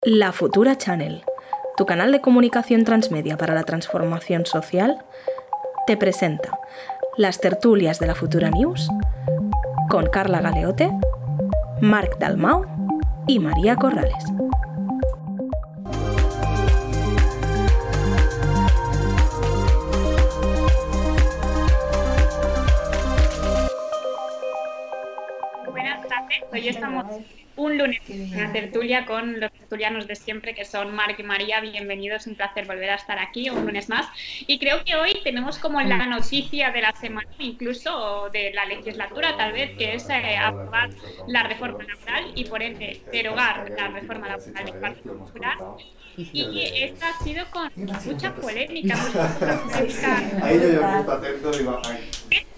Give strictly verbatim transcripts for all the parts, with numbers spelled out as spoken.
La Futura Channel, tu canal de comunicación transmedia para la transformación social, te presenta las tertulias de la Futura News con Carla Galeote, Marc Dalmau y María Corrales. Buenas tardes, hoy estamos un lunes en la tertulia con los tertulianos de siempre, que son Marc y María. Bienvenidos, un placer volver a estar aquí un lunes más. Y creo que hoy tenemos como la noticia de la semana, incluso de la legislatura tal vez, que es eh, aprobar la reforma laboral y por ende derogar la reforma laboral del Partido Popular. Y esta ha sido con mucha polémica, mucha polémica. Ahí yo ya me estoy atento y baja ahí.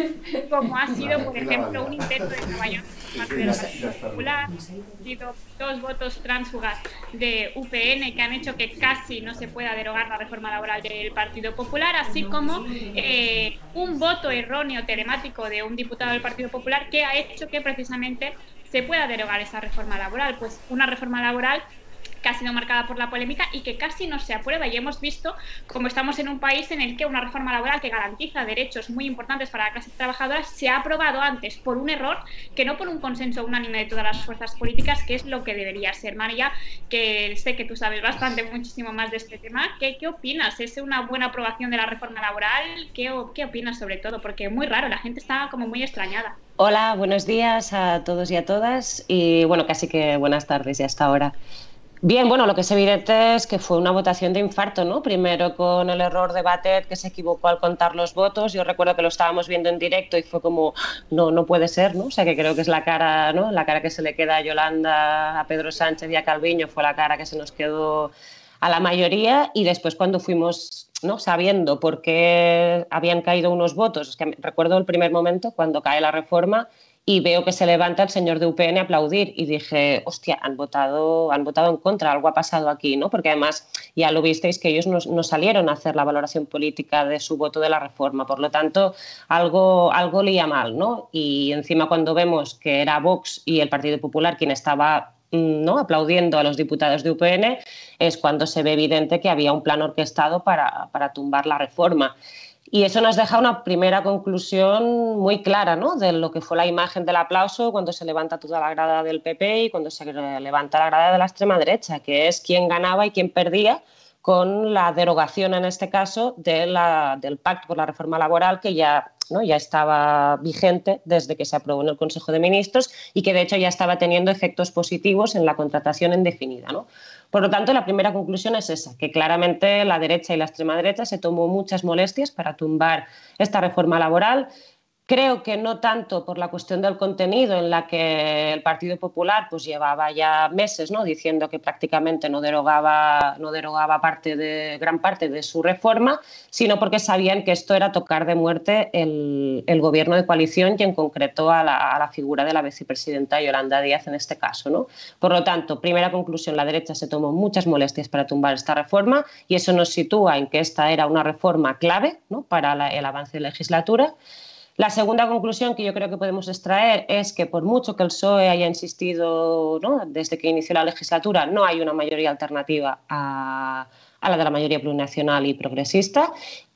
Como ha sido, por ejemplo, un intento de caballar del Partido Popular, ha sido dos votos tránsfugas de U P N que han hecho que casi no se pueda derogar la reforma laboral del Partido Popular, así como eh, un voto erróneo telemático de un diputado del Partido Popular que ha hecho que precisamente se pueda derogar esa reforma laboral, pues una reforma laboral que ha sido marcada por la polémica y que casi no se aprueba. Y hemos visto cómo estamos en un país en el que una reforma laboral que garantiza derechos muy importantes para la clase trabajadora se ha aprobado antes por un error que no por un consenso unánime de todas las fuerzas políticas, que es lo que debería ser. María, que sé que tú sabes bastante, muchísimo más de este tema, ¿qué, qué opinas? ¿Es una buena aprobación de la reforma laboral? ¿Qué, qué opinas sobre todo? Porque es muy raro, la gente está como muy extrañada. Hola, buenos días a todos y a todas y bueno, casi que buenas tardes ya hasta ahora. Bien, bueno, lo que es evidente es que fue una votación de infarto, ¿no? Primero con el error de Batet, que se equivocó al contar los votos. Yo recuerdo que lo estábamos viendo en directo y fue como, no, no puede ser, ¿no? O sea, que creo que es la cara, ¿no? La cara que se le queda a Yolanda, a Pedro Sánchez y a Calviño fue la cara que se nos quedó a la mayoría. Y después cuando fuimos, ¿no? Sabiendo por qué habían caído unos votos, es que recuerdo el primer momento cuando cae la reforma y veo que se levanta el señor de U P N a aplaudir y dije, hostia, han votado, han votado en contra, algo ha pasado aquí, ¿no? Porque además ya lo visteis que ellos no, no salieron a hacer la valoración política de su voto de la reforma, por lo tanto algo, algo leía mal, ¿no? Y encima cuando vemos que era Vox y el Partido Popular quien estaba, ¿no?, aplaudiendo a los diputados de U P N, es cuando se ve evidente que había un plan orquestado para, para tumbar la reforma. Y eso nos deja una primera conclusión muy clara, ¿no?, de lo que fue la imagen del aplauso cuando se levanta toda la grada del P P y cuando se levanta la grada de la extrema derecha, que es quién ganaba y quién perdía con la derogación, en este caso, de la, del Pacto por la Reforma Laboral, que ya, ¿no?, ya estaba vigente desde que se aprobó en el Consejo de Ministros y que, de hecho, ya estaba teniendo efectos positivos en la contratación indefinida, ¿no? Por lo tanto, la primera conclusión es esa, que claramente la derecha y la extrema derecha se tomó muchas molestias para tumbar esta reforma laboral. Creo que no tanto por la cuestión del contenido, en la que el Partido Popular pues llevaba ya meses, ¿no?, diciendo que prácticamente no derogaba, no derogaba parte de, gran parte de su reforma, sino porque sabían que esto era tocar de muerte el, el gobierno de coalición y en concreto a la, a la figura de la vicepresidenta Yolanda Díaz en este caso, ¿no? Por lo tanto, primera conclusión, la derecha se tomó muchas molestias para tumbar esta reforma y eso nos sitúa en que esta era una reforma clave, ¿no?, para la, el avance de la legislatura. La segunda conclusión que yo creo que podemos extraer es que por mucho que el P S O E haya insistido, ¿no?, desde que inició la legislatura, no hay una mayoría alternativa a, a la de la mayoría plurinacional y progresista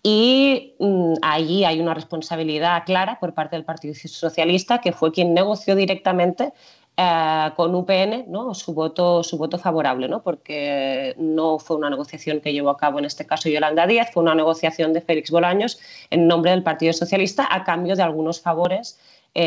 y mmm, allí hay una responsabilidad clara por parte del Partido Socialista, que fue quien negoció directamente Eh, con U P N, ¿no?, su voto, su voto favorable, ¿no?, porque no fue una negociación que llevó a cabo en este caso Yolanda Díaz, fue una negociación de Félix Bolaños en nombre del Partido Socialista a cambio de algunos favores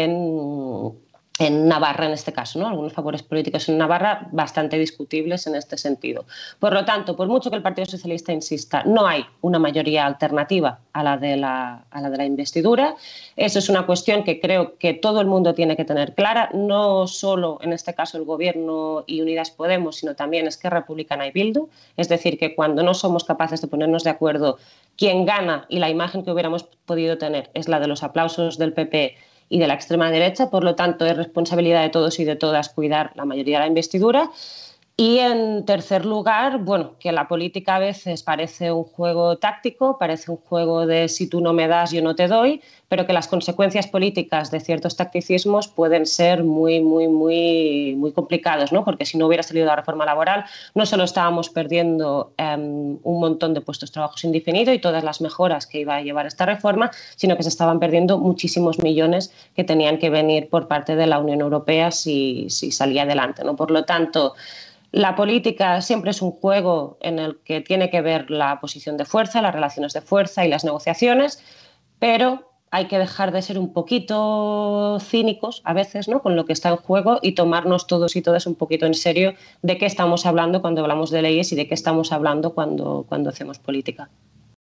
en, en Navarra en este caso, ¿no?, algunos favores políticos en Navarra bastante discutibles en este sentido. Por lo tanto, por mucho que el Partido Socialista insista, no hay una mayoría alternativa a la de la, a la de la investidura. Eso es una cuestión que creo que todo el mundo tiene que tener clara, no solo en este caso el Gobierno y Unidas Podemos, sino también Esquerra Republicana y Bildu. Es decir, que cuando no somos capaces de ponernos de acuerdo, quien gana y la imagen que hubiéramos podido tener es la de los aplausos del P P y de la extrema derecha. Por lo tanto, es responsabilidad de todos y de todas cuidar la mayoría de la investidura. Y en tercer lugar, bueno, que la política a veces parece un juego táctico, parece un juego de si tú no me das, yo no te doy, pero que las consecuencias políticas de ciertos tacticismos pueden ser muy, muy, muy, muy complicados, ¿no? Porque si no hubiera salido la reforma laboral, no solo estábamos perdiendo eh, un montón de puestos de trabajo indefinidos y todas las mejoras que iba a llevar esta reforma, sino que se estaban perdiendo muchísimos millones que tenían que venir por parte de la Unión Europea si, si salía adelante, ¿no? Por lo tanto, la política siempre es un juego en el que tiene que ver la posición de fuerza, las relaciones de fuerza y las negociaciones, pero hay que dejar de ser un poquito cínicos a veces, ¿no?, con lo que está en juego y tomarnos todos y todas un poquito en serio de qué estamos hablando cuando hablamos de leyes y de qué estamos hablando cuando, cuando hacemos política.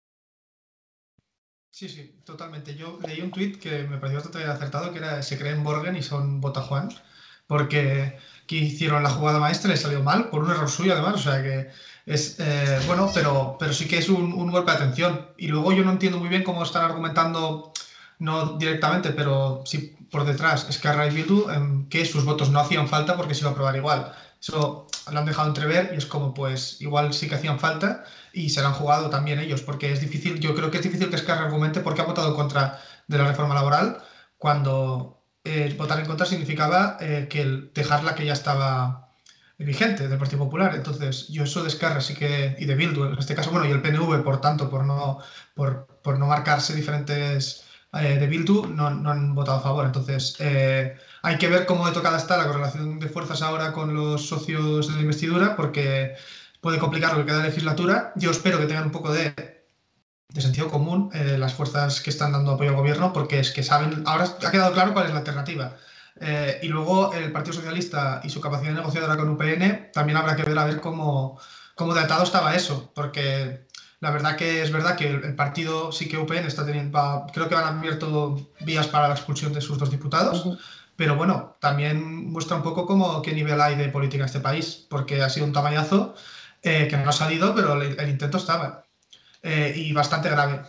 Sí, sí, totalmente. Yo leí un tuit que me pareció totalmente acertado, que era se creen Borgen y son Botajuan, porque que hicieron la jugada maestra y le salió mal, por un error suyo además, o sea que es, eh, bueno, pero, pero sí que es un, un golpe de atención. Y luego yo no entiendo muy bien cómo están argumentando, no directamente, pero sí por detrás, Esquerra y Bildu, en que sus votos no hacían falta porque se iba a aprobar igual. Eso lo han dejado entrever y es como, pues, igual sí que hacían falta y se la han jugado también ellos, porque es difícil, yo creo que es difícil que Esquerra argumente por qué ha votado contra de la reforma laboral cuando eh, votar en contra significaba eh, que el, dejar la que ya estaba vigente del Partido Popular. Entonces, yo eso de Esquerra sí que, y de Bildu en este caso, bueno, y el P N V, por tanto, por no, por, por no marcarse diferentes eh, de Bildu, no, no han votado a favor. Entonces, eh, hay que ver cómo de tocada está la correlación de fuerzas ahora con los socios de la investidura, porque puede complicar lo que queda de legislatura. Yo espero que tengan un poco de, de sentido común eh, las fuerzas que están dando apoyo al gobierno, porque es que saben, ahora ha quedado claro cuál es la alternativa. Eh, y luego el Partido Socialista y su capacidad negociadora con U P N, también habrá que ver a ver cómo, cómo de atado estaba eso, porque la verdad que es verdad que el, el partido, sí que U P N está teniendo, va, creo que han abierto vías para la expulsión de sus dos diputados, uh-huh. Pero bueno, también muestra un poco cómo, qué nivel hay de política en este país, porque ha sido un tamañazo eh, que no ha salido, pero el, el intento estaba. Eh, y bastante grave.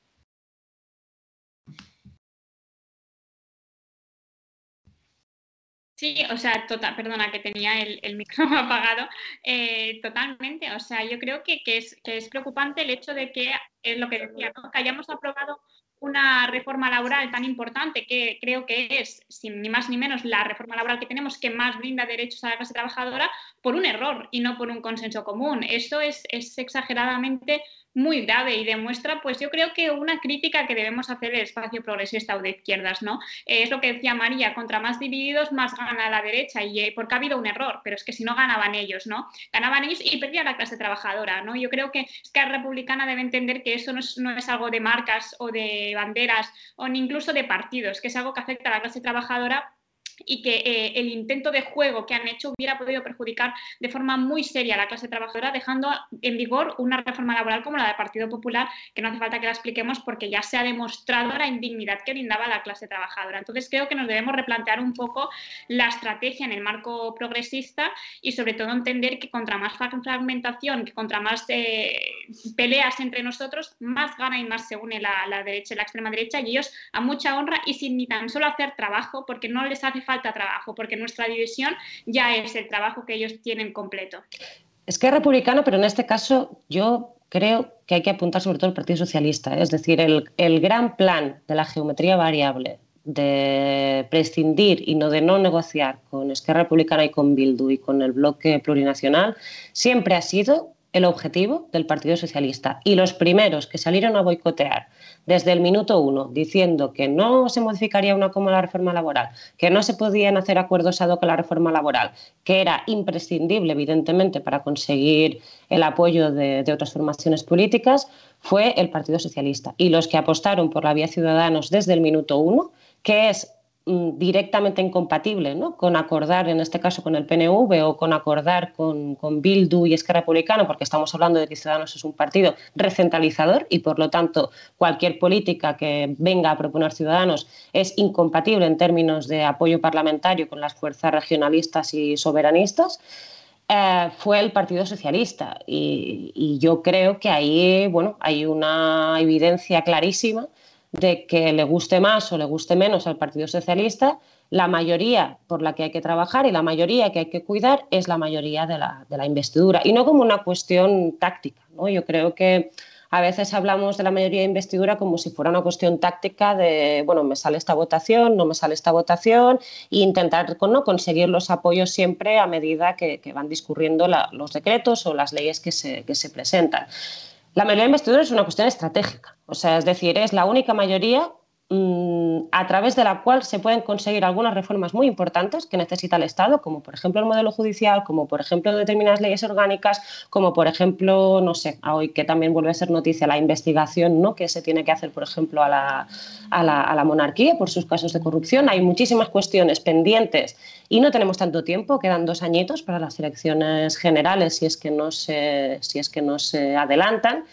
Sí, o sea, total, perdona que tenía el, el micrófono apagado, eh, totalmente, o sea, yo creo que, que, es, que es preocupante el hecho de que, es lo que decía, ¿no?, que hayamos aprobado una reforma laboral tan importante que creo que es, sin ni más ni menos, la reforma laboral que tenemos que más brinda derechos a la clase trabajadora por un error y no por un consenso común. Eso es, es exageradamente muy grave y demuestra, pues yo creo que una crítica que debemos hacer del espacio progresista o de izquierdas, ¿no? Eh, es lo que decía María, contra más divididos más gana la derecha, y eh, porque ha habido un error, pero es que si no ganaban ellos, ¿no? Ganaban ellos y perdía la clase trabajadora, ¿no? Yo creo que Esquerra Republicana debe entender que eso no es, no es algo de marcas o de banderas o ni incluso de partidos, que es algo que afecta a la clase trabajadora y que eh, el intento de juego que han hecho hubiera podido perjudicar de forma muy seria a la clase trabajadora, dejando en vigor una reforma laboral como la del Partido Popular, que no hace falta que la expliquemos porque ya se ha demostrado la indignidad que brindaba a la clase trabajadora. Entonces creo que nos debemos replantear un poco la estrategia en el marco progresista y sobre todo entender que contra más fragmentación, que contra más eh, peleas entre nosotros, más gana y más se une la, la derecha y la extrema derecha, y ellos a mucha honra y sin ni tan solo hacer trabajo, porque no les hace falta trabajo, porque nuestra división ya es el trabajo que ellos tienen completo. Es que es republicano, pero en este caso yo creo que hay que apuntar sobre todo al Partido Socialista, ¿eh? Es decir, el, el gran plan de la geometría variable de prescindir y no de no negociar con Esquerra Republicana y con Bildu y con el bloque plurinacional siempre ha sido el objetivo del Partido Socialista, y los primeros que salieron a boicotear desde el minuto uno diciendo que no se modificaría una como la reforma laboral, que no se podían hacer acuerdos ad hoc con la reforma laboral, que era imprescindible evidentemente para conseguir el apoyo de, de otras formaciones políticas, fue el Partido Socialista, y los que apostaron por la vía Ciudadanos desde el minuto uno, que es directamente incompatible, ¿no?, con acordar, en este caso con el P N V, o con acordar con, con Bildu y Esquerra Republicana, porque estamos hablando de que Ciudadanos es un partido recentralizador y por lo tanto cualquier política que venga a proponer Ciudadanos es incompatible en términos de apoyo parlamentario con las fuerzas regionalistas y soberanistas. Eh, fue el Partido Socialista, y, y yo creo que ahí, bueno, hay una evidencia clarísima de que le guste más o le guste menos al Partido Socialista, la mayoría por la que hay que trabajar y la mayoría que hay que cuidar es la mayoría de la, de la investidura, y no como una cuestión táctica, ¿no? Yo creo que a veces hablamos de la mayoría de investidura como si fuera una cuestión táctica de, bueno, me sale esta votación, no me sale esta votación, e intentar, ¿no?, conseguir los apoyos siempre a medida que, que van discurriendo la, los decretos o las leyes que se, que se presentan. La mayoría de investidura es una cuestión estratégica, o sea, es decir, es la única mayoría a través de la cual se pueden conseguir algunas reformas muy importantes que necesita el Estado, como por ejemplo el modelo judicial, como por ejemplo determinadas leyes orgánicas, como por ejemplo, no sé, hoy que también vuelve a ser noticia la investigación, ¿no?, que se tiene que hacer, por ejemplo, a la, a la, a la monarquía por sus casos de corrupción. Hay muchísimas cuestiones pendientes y no tenemos tanto tiempo, quedan dos añitos para las elecciones generales si es que no se, si es que no se adelantan.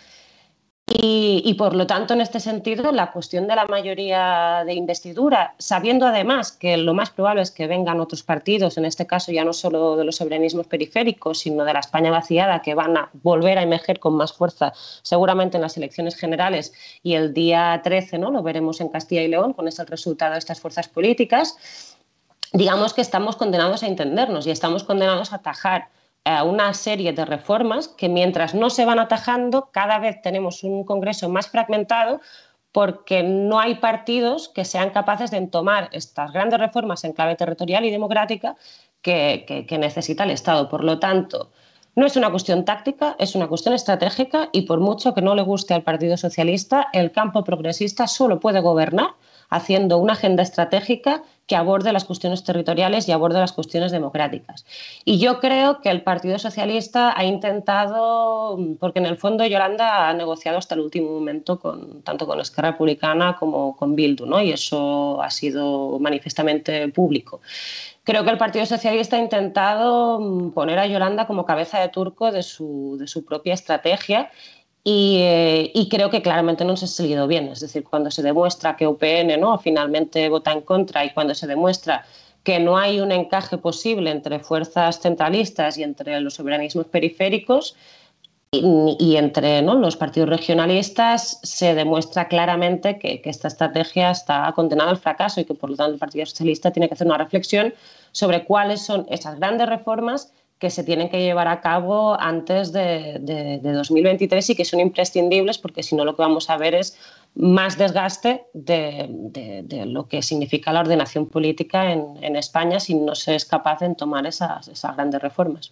Y, y, por lo tanto, en este sentido, la cuestión de la mayoría de investidura, sabiendo además que lo más probable es que vengan otros partidos, en este caso ya no solo de los soberanismos periféricos, sino de la España vaciada, que van a volver a emerger con más fuerza seguramente en las elecciones generales, y el día trece, ¿no?, lo veremos en Castilla y León, con ese resultado de estas fuerzas políticas. Digamos que estamos condenados a entendernos y estamos condenados a atajar a una serie de reformas que, mientras no se van atajando, cada vez tenemos un Congreso más fragmentado, porque no hay partidos que sean capaces de tomar estas grandes reformas en clave territorial y democrática que, que, que necesita el Estado. Por lo tanto, no es una cuestión táctica, es una cuestión estratégica, y por mucho que no le guste al Partido Socialista, el campo progresista solo puede gobernar haciendo una agenda estratégica que aborde las cuestiones territoriales y aborde las cuestiones democráticas. Y yo creo que el Partido Socialista ha intentado, porque en el fondo Yolanda ha negociado hasta el último momento con, tanto con Esquerra Republicana como con Bildu, ¿no?, y eso ha sido manifiestamente público. Creo que el Partido Socialista ha intentado poner a Yolanda como cabeza de turco de su, de su propia estrategia, y, eh, y creo que claramente no se ha salido bien. Es decir, cuando se demuestra que U P N, ¿no?, finalmente vota en contra, y cuando se demuestra que no hay un encaje posible entre fuerzas centralistas y entre los soberanismos periféricos y, y entre, ¿no?, los partidos regionalistas, se demuestra claramente que, que esta estrategia está condenada al fracaso, y que por lo tanto el Partido Socialista tiene que hacer una reflexión sobre cuáles son esas grandes reformas que se tienen que llevar a cabo antes de, de, de dos mil veintitrés y que son imprescindibles, porque si no lo que vamos a ver es más desgaste de, de, de lo que significa la ordenación política en, en España si no se es capaz de tomar esas, esas grandes reformas.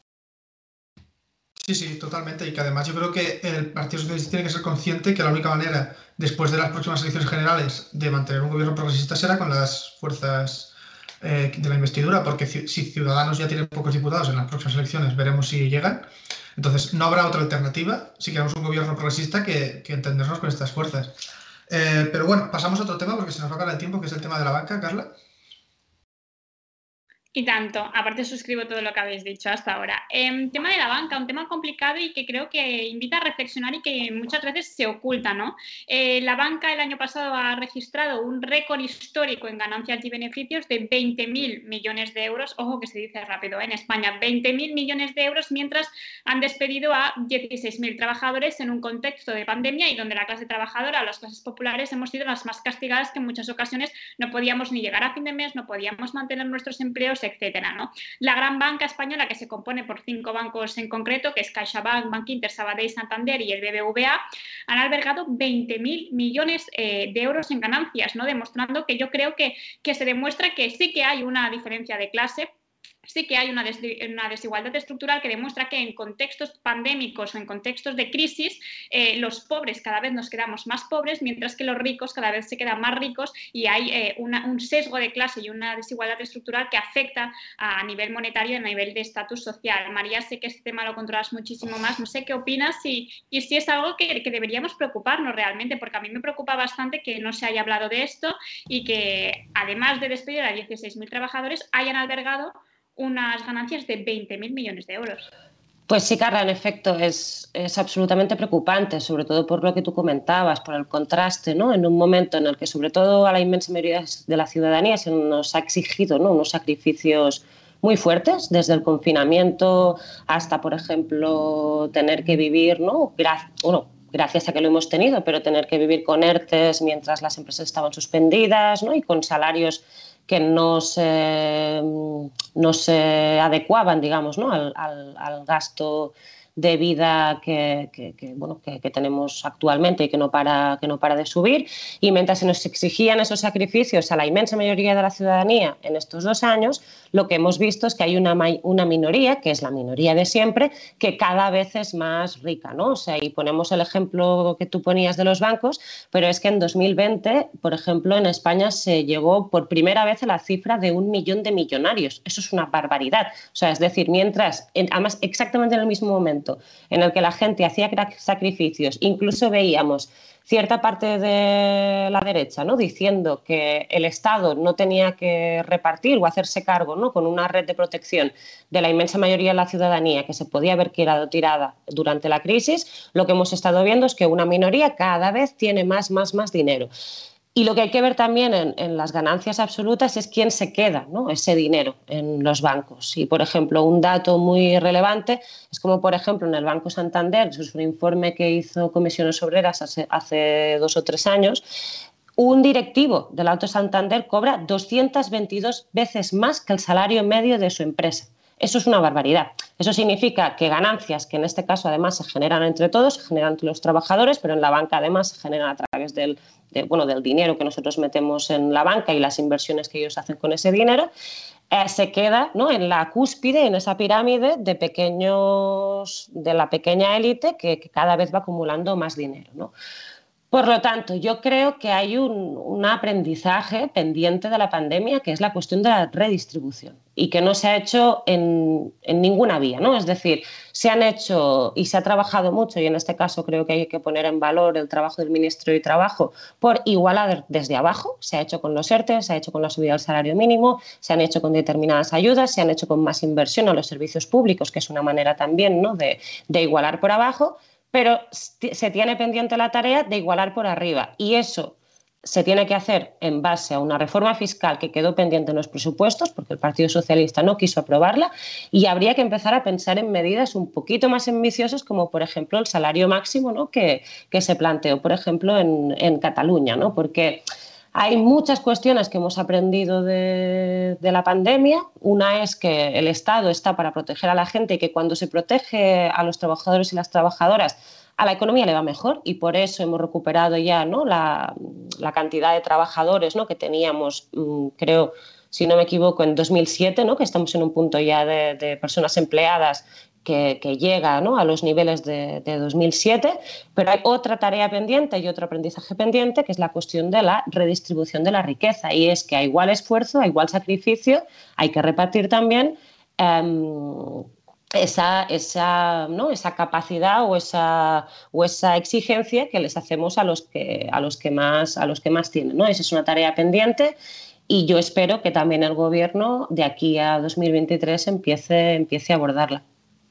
Sí, sí, totalmente, y que además yo creo que el Partido Socialista tiene que ser consciente que la única manera, después de las próximas elecciones generales, de mantener un gobierno progresista será con las fuerzas eh, de la investidura, porque si Ciudadanos ya tiene pocos diputados en las próximas elecciones, veremos si llegan. Entonces no habrá otra alternativa si queremos un gobierno progresista que, que entendernos con estas fuerzas. Eh, pero bueno, pasamos a otro tema porque se nos va a acabar el tiempo, que es el tema de la banca. Carla. Y tanto, aparte suscribo todo lo que habéis dicho hasta ahora. Eh, tema de la banca, un tema complicado y que creo que invita a reflexionar y que muchas veces se oculta, ¿no? Eh, la banca el año pasado ha registrado un récord histórico en ganancias y beneficios de veinte mil millones de euros. Ojo que se dice rápido, ¿eh? En España, veinte mil millones de euros, mientras han despedido a dieciséis mil trabajadores en un contexto de pandemia y donde la clase trabajadora, las clases populares, hemos sido las más castigadas, que en muchas ocasiones no podíamos ni llegar a fin de mes, no podíamos mantener nuestros empleos, etcétera, ¿no? La gran banca española, que se compone por cinco bancos en concreto, que es CaixaBank, Bankinter, Sabadell, Santander y el B B V A, han albergado veinte mil millones eh, de euros en ganancias, ¿no?, demostrando que yo creo que, que se demuestra que sí que hay una diferencia de clase. Sí que hay una, des una desigualdad estructural que demuestra que en contextos pandémicos o en contextos de crisis eh, los pobres cada vez nos quedamos más pobres, mientras que los ricos cada vez se quedan más ricos, y hay eh, una, un sesgo de clase y una desigualdad estructural que afecta a, a nivel monetario y a nivel de estatus social. María, sé que este tema lo controlas muchísimo más, no sé qué opinas y, y si es algo que, que deberíamos preocuparnos realmente, porque a mí me preocupa bastante que no se haya hablado de esto y que, además de despedir a dieciséis mil trabajadores, hayan albergado unas ganancias de veinte mil millones de euros. Pues sí, Carla, en efecto, es, es absolutamente preocupante, sobre todo por lo que tú comentabas, por el contraste, ¿no?, en un momento en el que sobre todo a la inmensa mayoría de la ciudadanía se nos ha exigido, ¿no?, unos sacrificios muy fuertes, desde el confinamiento hasta, por ejemplo, tener que vivir, ¿no?, gra bueno, gracias a que lo hemos tenido, pero tener que vivir con ERTES mientras las empresas estaban suspendidas, ¿no?, y con salarios que no se, no se adecuaban, digamos, ¿no? al, al, al gasto de vida que, que, que, bueno, que, que tenemos actualmente y que no, para, que no para de subir. Y mientras se nos exigían esos sacrificios a la inmensa mayoría de la ciudadanía en estos dos años, lo que hemos visto es que hay una, una minoría, que es la minoría de siempre, que cada vez es más rica, ¿no? O sea, y ponemos el ejemplo que tú ponías de los bancos, pero es que en dos mil veinte, por ejemplo, en España se llegó por primera vez a la cifra de un millón de millonarios. Eso es una barbaridad. O sea, es decir, mientras, en, además exactamente en el mismo momento en el que la gente hacía sacrificios, incluso veíamos cierta parte de la derecha, ¿no?, diciendo que el Estado no tenía que repartir o hacerse cargo, ¿no?, con una red de protección de la inmensa mayoría de la ciudadanía que se podía haber quedado tirada durante la crisis, lo que hemos estado viendo es que una minoría cada vez tiene más, más, más dinero. Y lo que hay que ver también en, en las ganancias absolutas es quién se queda, ¿no?, ese dinero en los bancos. Y, por ejemplo, un dato muy relevante es como, por ejemplo, en el Banco Santander, eso es un informe que hizo Comisiones Obreras hace, hace dos o tres años, un directivo del Banco Santander cobra doscientas veintidós veces más que el salario medio de su empresa. Eso es una barbaridad. Eso significa que ganancias, que en este caso además se generan entre todos, se generan entre los trabajadores, pero en la banca además se generan a través del, de, bueno, del dinero que nosotros metemos en la banca y las inversiones que ellos hacen con ese dinero, eh, se queda, ¿no?, en la cúspide, en esa pirámide de pequeños, de la pequeña élite que, que cada vez va acumulando más dinero, ¿no? Por lo tanto, yo creo que hay un, un aprendizaje pendiente de la pandemia, que es la cuestión de la redistribución y que no se ha hecho en, en ninguna vía, ¿no? Es decir, se han hecho y se ha trabajado mucho, y en este caso creo que hay que poner en valor el trabajo del Ministerio de Trabajo, por igualar desde abajo. Se ha hecho con los ERTE, se ha hecho con la subida del salario mínimo, se han hecho con determinadas ayudas, se han hecho con más inversión a los servicios públicos, que es una manera también, ¿no?, de, de igualar por abajo. Pero se tiene pendiente la tarea de igualar por arriba, y eso se tiene que hacer en base a una reforma fiscal que quedó pendiente en los presupuestos porque el Partido Socialista no quiso aprobarla, y habría que empezar a pensar en medidas un poquito más ambiciosas, como por ejemplo el salario máximo, ¿no?, que, que se planteó, por ejemplo, en, en Cataluña, ¿no? Porque hay muchas cuestiones que hemos aprendido de, de la pandemia. Una es que el Estado está para proteger a la gente y que cuando se protege a los trabajadores y las trabajadoras, a la economía le va mejor, y por eso hemos recuperado ya, ¿no?, la, la cantidad de trabajadores, ¿no?, que teníamos, creo, si no me equivoco, en dos mil siete, ¿no?, que estamos en un punto ya de, de personas empleadas Que, que llega, ¿no?, a los niveles de, de dos mil siete, pero hay otra tarea pendiente y otro aprendizaje pendiente, que es la cuestión de la redistribución de la riqueza, y es que a igual esfuerzo, a igual sacrificio, hay que repartir también eh, esa, esa, ¿no?, esa capacidad o esa, o esa exigencia que les hacemos a los que, a los que, más, a los que más tienen, ¿no? Esa es una tarea pendiente. Y yo espero que también el Gobierno de aquí a dos mil veintitrés empiece, empiece a abordarla.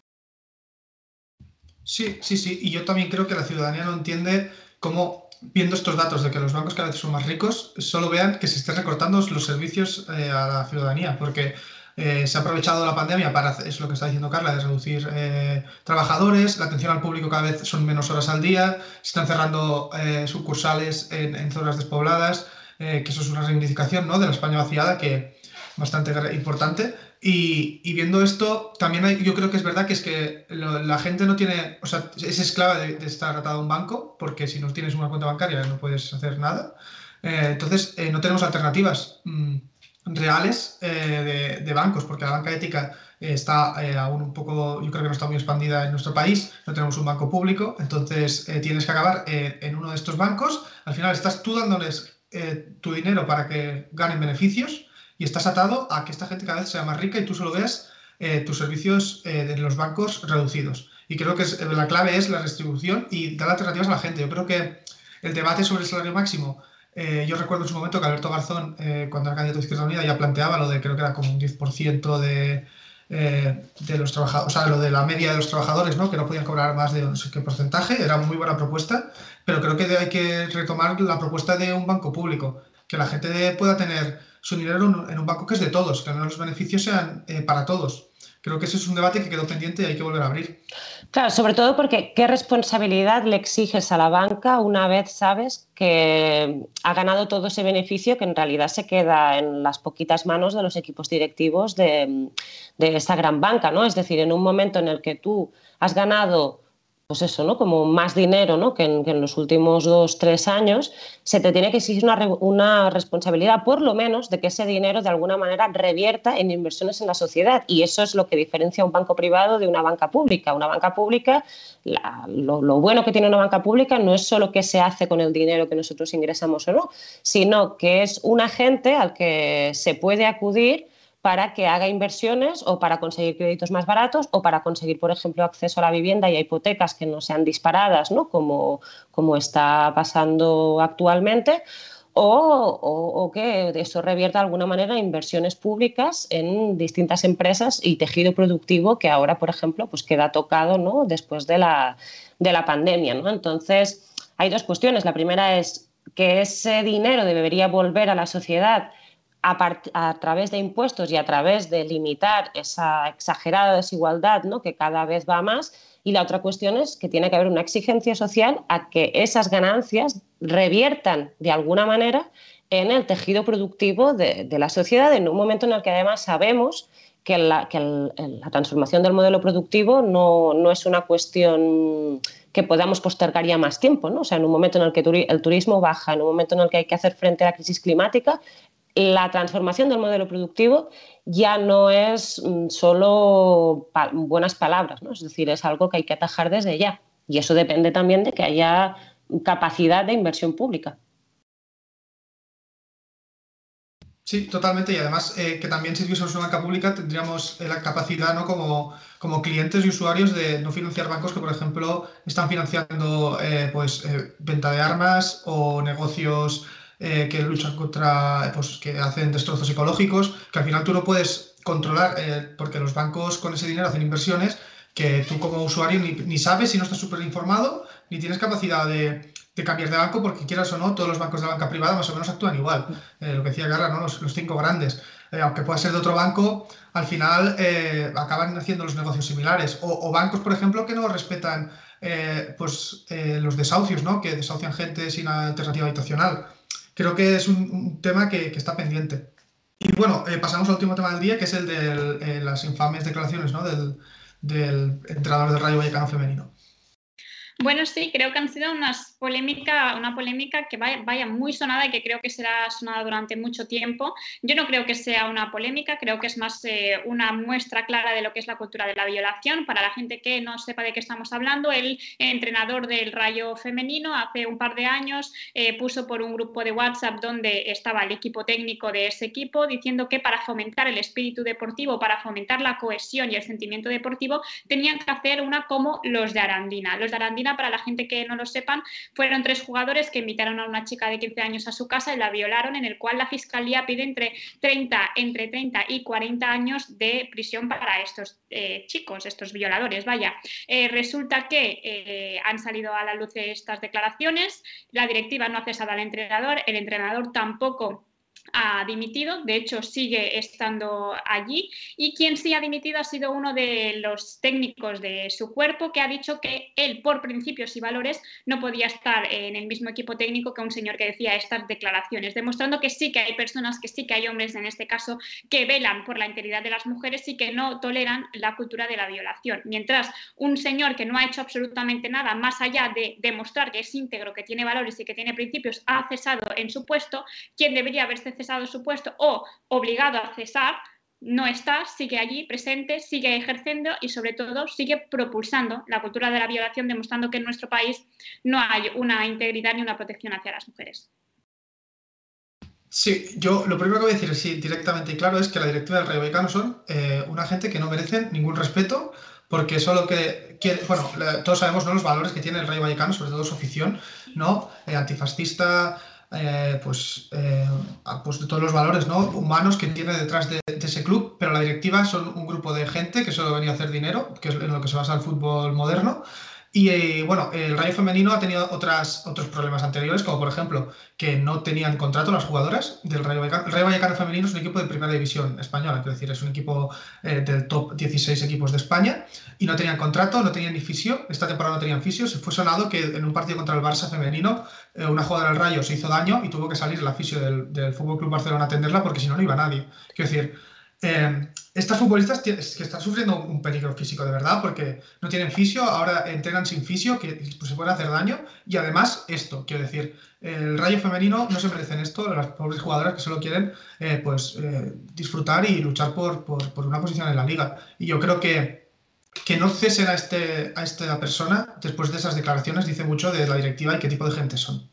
Sí, sí, sí. Y yo también creo que la ciudadanía no entiende cómo, viendo estos datos de que los bancos cada vez son más ricos, solo vean que se estén recortando los servicios eh, a la ciudadanía, porque eh, se ha aprovechado la pandemia para, es lo que está diciendo Carla, de reducir eh, trabajadores, la atención al público cada vez son menos horas al día, se están cerrando eh, sucursales en, en zonas despobladas, eh, que eso es una reivindicación, ¿no?, de la España vaciada, que bastante importante. Y, y viendo esto, también hay, yo creo que es verdad que es que lo, la gente no tiene, o sea, es esclava de, de estar atado a un banco, porque si no tienes una cuenta bancaria no puedes hacer nada. Eh, entonces, eh, no tenemos alternativas mmm, reales eh, de, de bancos, porque la banca ética eh, está eh, aún un poco, yo creo que no está muy expandida en nuestro país, no tenemos un banco público, entonces eh, tienes que acabar eh, en uno de estos bancos. Al final estás tú dándoles eh, tu dinero para que ganen beneficios, y estás atado a que esta gente cada vez sea más rica y tú solo veas eh, tus servicios eh, de los bancos reducidos. Y creo que es, la clave es la redistribución y dar alternativas a la gente. Yo creo que el debate sobre el salario máximo, eh, yo recuerdo en su momento que Alberto Garzón, eh, cuando era candidato de Izquierda Unida, ya planteaba lo de, creo que era como un diez por ciento de, eh, de los trabajadores, o sea, lo de la media de los trabajadores, ¿no?, que no podían cobrar más de no sé qué porcentaje. Era muy buena propuesta, pero creo que hay que retomar la propuesta de un banco público, que la gente pueda tener su dinero en un banco que es de todos, que al menos los beneficios sean eh, para todos. creo que ese es un debate que quedó pendiente y hay que volver a abrir. Claro, sobre todo porque ¿qué responsabilidad le exiges a la banca una vez sabes que ha ganado todo ese beneficio que en realidad se queda en las poquitas manos de los equipos directivos de, de esa gran banca, ¿no? Es decir, en un momento en el que tú has ganado, pues eso, ¿no? Como más dinero, ¿no? que, en, que en los últimos dos, tres años, se te tiene que exigir una, una responsabilidad, por lo menos, de que ese dinero de alguna manera revierta en inversiones en la sociedad. Y eso es lo que diferencia a un banco privado de una banca pública. Una banca pública, la, lo, lo bueno que tiene una banca pública no es solo qué se hace con el dinero que nosotros ingresamos o no, sino que es un agente al que se puede acudir para que haga inversiones o para conseguir créditos más baratos o para conseguir, por ejemplo, acceso a la vivienda y a hipotecas que no sean disparadas, ¿no? como, como está pasando actualmente, o, o, o que eso revierta de alguna manera inversiones públicas en distintas empresas y tejido productivo que ahora, por ejemplo, pues queda tocado, ¿no? después de la, de la pandemia, ¿no? Entonces, hay dos cuestiones. La primera es que ese dinero debería volver a la sociedad A, part, a través de impuestos y a través de limitar esa exagerada desigualdad, ¿no? que cada vez va más, y la otra cuestión es que tiene que haber una exigencia social a que esas ganancias reviertan de alguna manera en el tejido productivo de, de la sociedad, en un momento en el que además sabemos que la, que el, la transformación del modelo productivo no, no es una cuestión que podamos postergar ya más tiempo, ¿no? O sea, en un momento en el que turi- el turismo baja, en un momento en el que hay que hacer frente a la crisis climática, la transformación del modelo productivo ya no es solo pa- buenas palabras, ¿no? Es decir, es algo que hay que atajar desde ya. Y eso depende también de que haya capacidad de inversión pública. Sí, totalmente. Y además eh, que también si tuviésemos una banca pública tendríamos eh, la capacidad, ¿no? como, como clientes y usuarios de no financiar bancos que, por ejemplo, están financiando eh, pues, eh, venta de armas o negocios eh, que luchan contra, pues, que hacen destrozos ecológicos, que al final tú no puedes controlar, eh, porque los bancos con ese dinero hacen inversiones que tú como usuario ni, ni sabes si no estás súper informado, ni tienes capacidad de, de cambiar de banco, porque quieras o no, todos los bancos de la banca privada más o menos actúan igual. Eh, lo que decía Carla, ¿no? los, los cinco grandes. Eh, aunque pueda ser de otro banco, al final eh, acaban haciendo los negocios similares. O, o bancos, por ejemplo, que no respetan eh, pues, eh, los desahucios, ¿no? que desahucian gente sin alternativa habitacional. Creo que es un, un tema que, que está pendiente. Y bueno, eh, pasamos al último tema del día, que es el de eh, las infames declaraciones, ¿no? del, del entrenador del Rayo Vallecano femenino. Bueno, sí, creo que han sido unas polémica, una polémica que vaya, vaya muy sonada y que creo que será sonada durante mucho tiempo. Yo no creo que sea una polémica, creo que es más eh, una muestra clara de lo que es la cultura de la violación. Para la gente que no sepa de qué estamos hablando, el entrenador del Rayo femenino hace un par de años eh, puso por un grupo de WhatsApp donde estaba el equipo técnico de ese equipo diciendo que para fomentar el espíritu deportivo, para fomentar la cohesión y el sentimiento deportivo, tenían que hacer una como los de Arandina. Los de Arandina, para la gente que no lo sepan, fueron tres jugadores que invitaron a una chica de quince años a su casa y la violaron, en el cual la fiscalía pide entre treinta, entre treinta y cuarenta años de prisión para estos eh, chicos, estos violadores. Vaya, eh, resulta que eh, han salido a la luz estas declaraciones, la directiva no ha cesado al entrenador, el entrenador tampoco ha dimitido, de hecho sigue estando allí, y quien sí ha dimitido ha sido uno de los técnicos de su cuerpo, que ha dicho que él, por principios y valores, no podía estar en el mismo equipo técnico que un señor que decía estas declaraciones, demostrando que sí que hay personas, que sí que hay hombres en este caso, que velan por la integridad de las mujeres y que no toleran la cultura de la violación, mientras un señor que no ha hecho absolutamente nada más allá de demostrar que es íntegro, que tiene valores y que tiene principios, ha cesado en su puesto. Quien debería haberse cesado su puesto o obligado a cesar no está, sigue allí presente, sigue ejerciendo y sobre todo sigue propulsando la cultura de la violación, demostrando que en nuestro país no hay una integridad ni una protección hacia las mujeres. Sí, yo lo primero que voy a decir sí, directamente y claro es que la directiva del Rayo Vallecano son eh, una gente que no merecen ningún respeto, porque solo que quiere, bueno, todos sabemos, ¿no?, los valores que tiene el Rayo Vallecano, sobre todo su afición, ¿no? Eh, antifascista, Eh, pues, eh, pues de todos los valores, ¿no?, humanos que tiene detrás de, de ese club, pero la directiva son un grupo de gente que solo venía a hacer dinero, que es en lo que se basa el fútbol moderno, Y eh, bueno, el Rayo femenino ha tenido otras, otros problemas anteriores, como por ejemplo que no tenían contrato las jugadoras del Rayo Vallecano. El Rayo Vallecano femenino es un equipo de primera división española, quiero decir, es un equipo eh, del top dieciséis equipos de España, y no tenían contrato, no tenían ni fisio. Esta temporada no tenían fisio. Se fue sonado que en un partido contra el Barça femenino eh, una jugadora del Rayo se hizo daño y tuvo que salir la fisio del, del F C Barcelona a atenderla porque si no, no iba nadie. Quiero decir, Eh, estas futbolistas que están sufriendo un peligro físico de verdad porque no tienen fisio, ahora entrenan sin fisio, que pues, se pueden hacer daño, y además esto, quiero decir, el Rayo femenino no se merecen esto, las pobres jugadoras que solo quieren eh, pues eh, disfrutar y luchar por, por, por una posición en la liga. Y yo creo que que no cesen a, este, a esta persona después de esas declaraciones dice mucho de la directiva y qué tipo de gente son.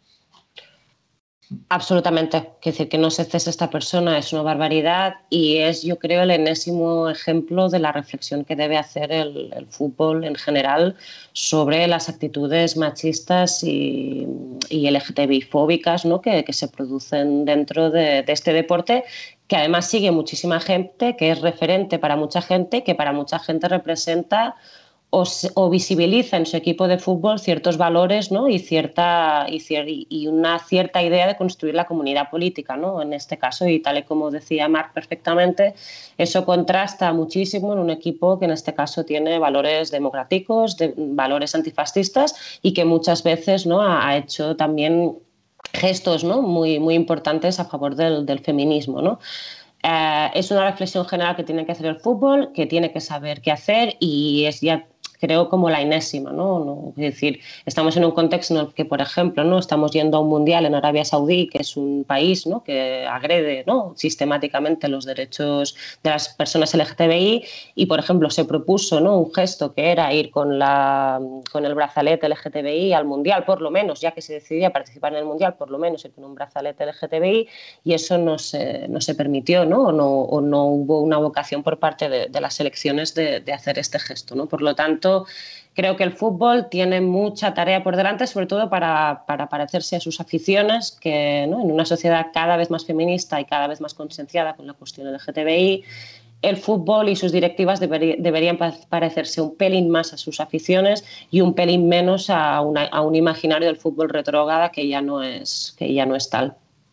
Absolutamente. Quiero decir, que no se cese esta persona es una barbaridad y es, yo creo, el enésimo ejemplo de la reflexión que debe hacer el, el fútbol en general sobre las actitudes machistas y, y L G T B I-fóbicas, ¿no? que, que se producen dentro de, de este deporte, que además sigue muchísima gente, que es referente para mucha gente, que para mucha gente representa O, o visibiliza en su equipo de fútbol ciertos valores, ¿no? y, cierta, y, cier, y una cierta idea de construir la comunidad política, ¿no? En este caso, y tal y como decía Marc perfectamente, eso contrasta muchísimo en un equipo que en este caso tiene valores democráticos, de, valores antifascistas y que muchas veces, ¿no? ha, ha hecho también gestos, ¿no? muy, muy importantes a favor del, del feminismo, ¿no? Eh, es una reflexión general que tiene que hacer el fútbol, que tiene que saber qué hacer y es ya, creo, como la enésima, ¿no? no es decir, estamos en un contexto en el que, por ejemplo, ¿no? estamos yendo a un mundial en Arabia Saudí, que es un país, ¿no? que agrede, ¿no? sistemáticamente los derechos de las personas L G T B I y, por ejemplo, se propuso, ¿no? un gesto que era ir con, la, con el brazalete L G T B I al mundial, por lo menos, ya que se decidía participar en el mundial, por lo menos ir con un brazalete L G T B I, y eso no se, no se permitió, ¿no? O, no, o no hubo una vocación por parte de, de las selecciones de, de hacer este gesto, ¿no? Por lo tanto, creo que el fútbol tiene mucha tarea por delante, sobre todo para, para parecerse a sus aficiones, que, ¿no? en una sociedad cada vez más feminista y cada vez más concienciada con la cuestión L G T B I, el fútbol y sus directivas debería, deberían parecerse un pelín más a sus aficiones y un pelín menos a, una, a un imaginario del fútbol retrógrada que ya no es, que ya no es tal.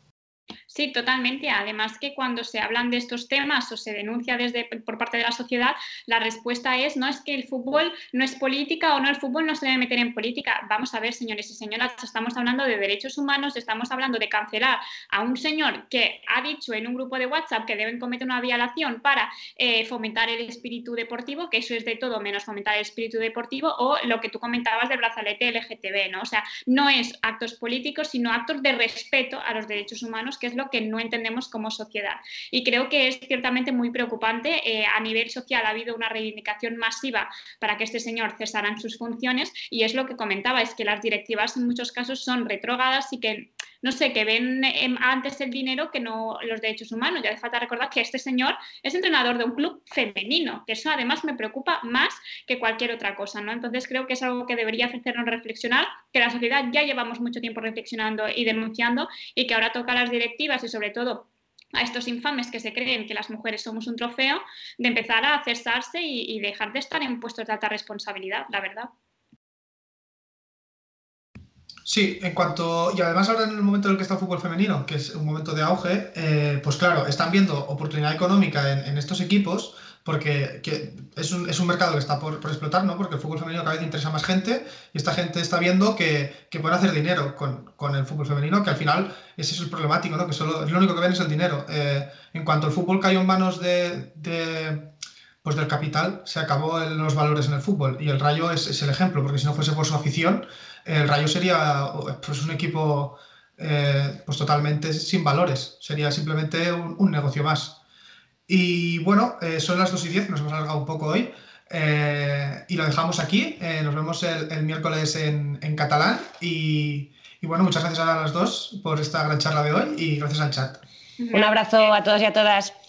Sí, totalmente. Además que cuando se hablan de estos temas o se denuncia desde por parte de la sociedad, la respuesta es no es que el fútbol no es política o no, el fútbol no se debe meter en política. Vamos a ver, señores y señoras, estamos hablando de derechos humanos, estamos hablando de cancelar a un señor que ha dicho en un grupo de WhatsApp que deben cometer una violación para eh, fomentar el espíritu deportivo, que eso es de todo menos fomentar el espíritu deportivo, o lo que tú comentabas del brazalete L G T B, ¿no? O sea, no es actos políticos, sino actos de respeto a los derechos humanos, que es lo que no entendemos como sociedad. Y creo que es ciertamente muy preocupante. Eh, a nivel social ha habido una reivindicación masiva para que este señor cesara en sus funciones y es lo que comentaba, es que las directivas en muchos casos son retrógradas y que, no sé, que ven eh, antes el dinero que no los derechos humanos. Ya hace falta recordar que este señor es entrenador de un club femenino, que eso además me preocupa más que cualquier otra cosa, ¿no? Entonces creo que es algo que debería hacernos reflexionar, que la sociedad ya llevamos mucho tiempo reflexionando y denunciando y que ahora toca a las directivas y sobre todo a estos infames que se creen que las mujeres somos un trofeo, de empezar a cesarse y, y dejar de estar en puestos de alta responsabilidad, la verdad. Sí, en cuanto... Y además ahora en el momento en el que está el fútbol femenino, que es un momento de auge, eh, pues claro, están viendo oportunidad económica en, en estos equipos porque que es, un, es un mercado que está por, por explotar, ¿no? Porque el fútbol femenino cada vez interesa a más gente y esta gente está viendo que, que pueden hacer dinero con, con el fútbol femenino, que al final ese es el problemático, ¿no? Que solo, es lo único que ven es el dinero. Eh, en cuanto el fútbol cayó en manos de... de pues del capital, se acabó el, los valores en el fútbol y el Rayo es, es el ejemplo, porque si no fuese por su afición, el Rayo sería pues, un equipo eh, pues totalmente sin valores, sería simplemente un, un negocio más. Y bueno, eh, son las dos y diez, nos hemos alargado un poco hoy eh, y lo dejamos aquí, eh, nos vemos el, el miércoles en, en catalán y, y bueno, muchas gracias a las dos por esta gran charla de hoy y gracias al chat. Un abrazo a todos y a todas.